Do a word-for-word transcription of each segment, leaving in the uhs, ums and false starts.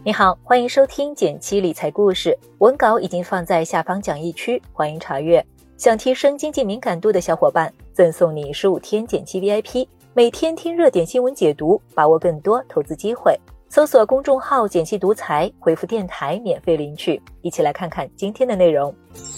你好，欢迎收听减七理财故事，文稿已经放在下方讲义区，欢迎查阅。想提升经济敏感度的小伙伴，赠送你十五天减七 V I P， 每天听热点新闻解读，把握更多投资机会。搜索公众号减七独裁，回复电台免费领取。一起来看看今天的内容。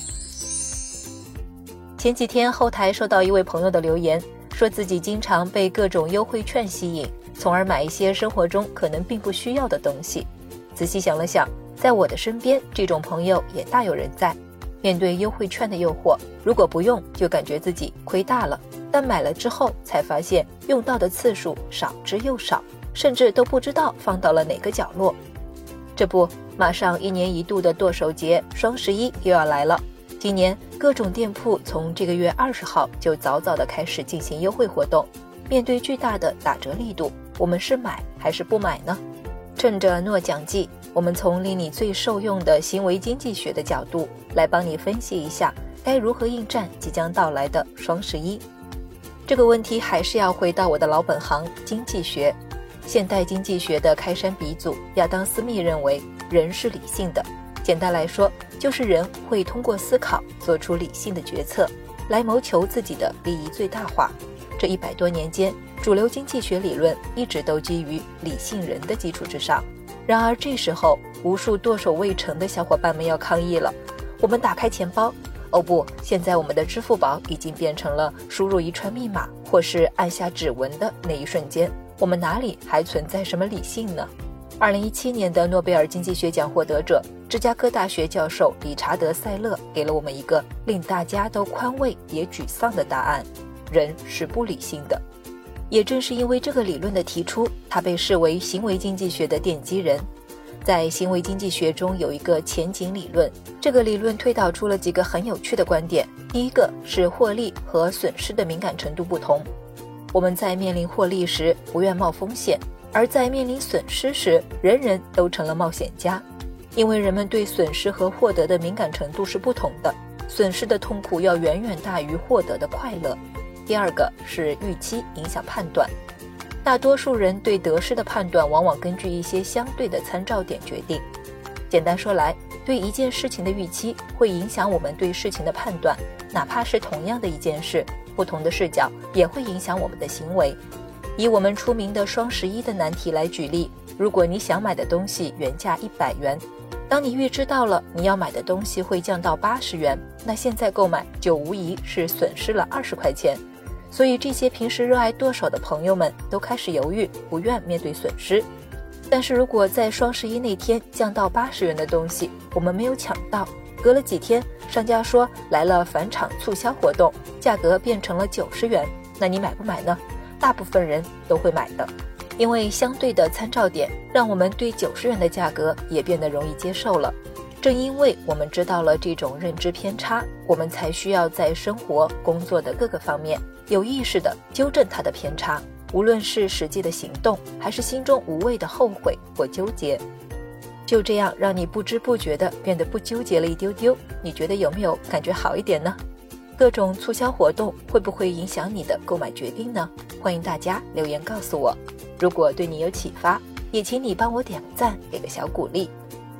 前几天后台收到一位朋友的留言，说自己经常被各种优惠券吸引，从而买一些生活中可能并不需要的东西。仔细想了想，在我的身边，这种朋友也大有人在。面对优惠券的诱惑，如果不用，就感觉自己亏大了；但买了之后，才发现用到的次数少之又少，甚至都不知道放到了哪个角落。这不，马上一年一度的剁手节双十一又要来了。今年各种店铺从这个月二十号就早早的开始进行优惠活动。面对巨大的打折力度，我们是买还是不买呢？趁着诺奖季，我们从令你最受用的行为经济学的角度来帮你分析一下该如何应战即将到来的双十一。这个问题还是要回到我的老本行经济学。现代经济学的开山鼻祖亚当·斯密认为，人是理性的。简单来说，就是人会通过思考做出理性的决策，来谋求自己的利益最大化。这一百多年间，主流经济学理论一直都基于理性人的基础之上。然而这时候，无数剁手未成的小伙伴们要抗议了。我们打开钱包，哦不，现在我们的支付宝已经变成了输入一串密码或是按下指纹的那一瞬间，我们哪里还存在什么理性呢？二零一七年的诺贝尔经济学奖获得者芝加哥大学教授理查德·塞勒给了我们一个令大家都宽慰也沮丧的答案：人是不理性的。也正是因为这个理论的提出，他被视为行为经济学的奠基人。在行为经济学中有一个前景理论，这个理论推导出了几个很有趣的观点。第一个是获利和损失的敏感程度不同。我们在面临获利时不愿冒风险，而在面临损失时，人人都成了冒险家。因为人们对损失和获得的敏感程度是不同的，损失的痛苦要远远大于获得的快乐。第二个是预期影响判断。大多数人对得失的判断往往根据一些相对的参照点决定。简单说来，对一件事情的预期会影响我们对事情的判断，哪怕是同样的一件事，不同的视角也会影响我们的行为。以我们出名的双十一的难题来举例，如果你想买的东西原价一百元，当你预知到了你要买的东西会降到八十元，那现在购买就无疑是损失了二十块钱。所以这些平时热爱剁手的朋友们都开始犹豫，不愿面对损失。但是如果在双十一那天降到八十元的东西我们没有抢到，隔了几天商家说来了返场促销活动，价格变成了九十元，那你买不买呢？大部分人都会买的，因为相对的参照点让我们对九十元的价格也变得容易接受了。正因为我们知道了这种认知偏差，我们才需要在生活、工作的各个方面有意识地纠正它的偏差，无论是实际的行动，还是心中无谓的后悔或纠结。就这样让你不知不觉地变得不纠结了一丢丢，你觉得有没有感觉好一点呢？各种促销活动会不会影响你的购买决定呢？欢迎大家留言告诉我。如果对你有启发，也请你帮我点个赞，给个小鼓励。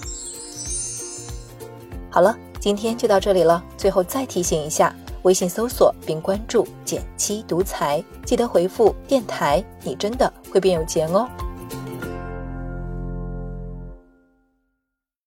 好了，今天就到这里了。最后再提醒一下，微信搜索并关注减七独裁，记得回复电台，你真的会变有钱哦。